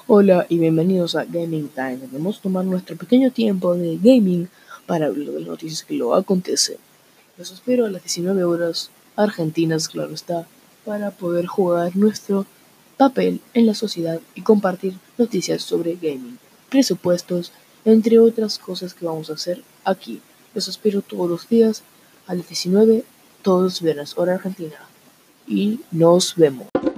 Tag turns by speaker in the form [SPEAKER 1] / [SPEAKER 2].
[SPEAKER 1] Hola y bienvenidos a Gaming Time. Debemos tomar nuestro pequeño tiempo de gaming para hablar de las noticias que lo acontecen. Los espero a las 19 horas argentinas, claro está, para poder jugar nuestro papel en la sociedad y compartir noticias sobre gaming, presupuestos, entre otras cosas que vamos a hacer aquí. Los espero todos los días a las 19, todos los viernes, hora argentina. Y nos vemos.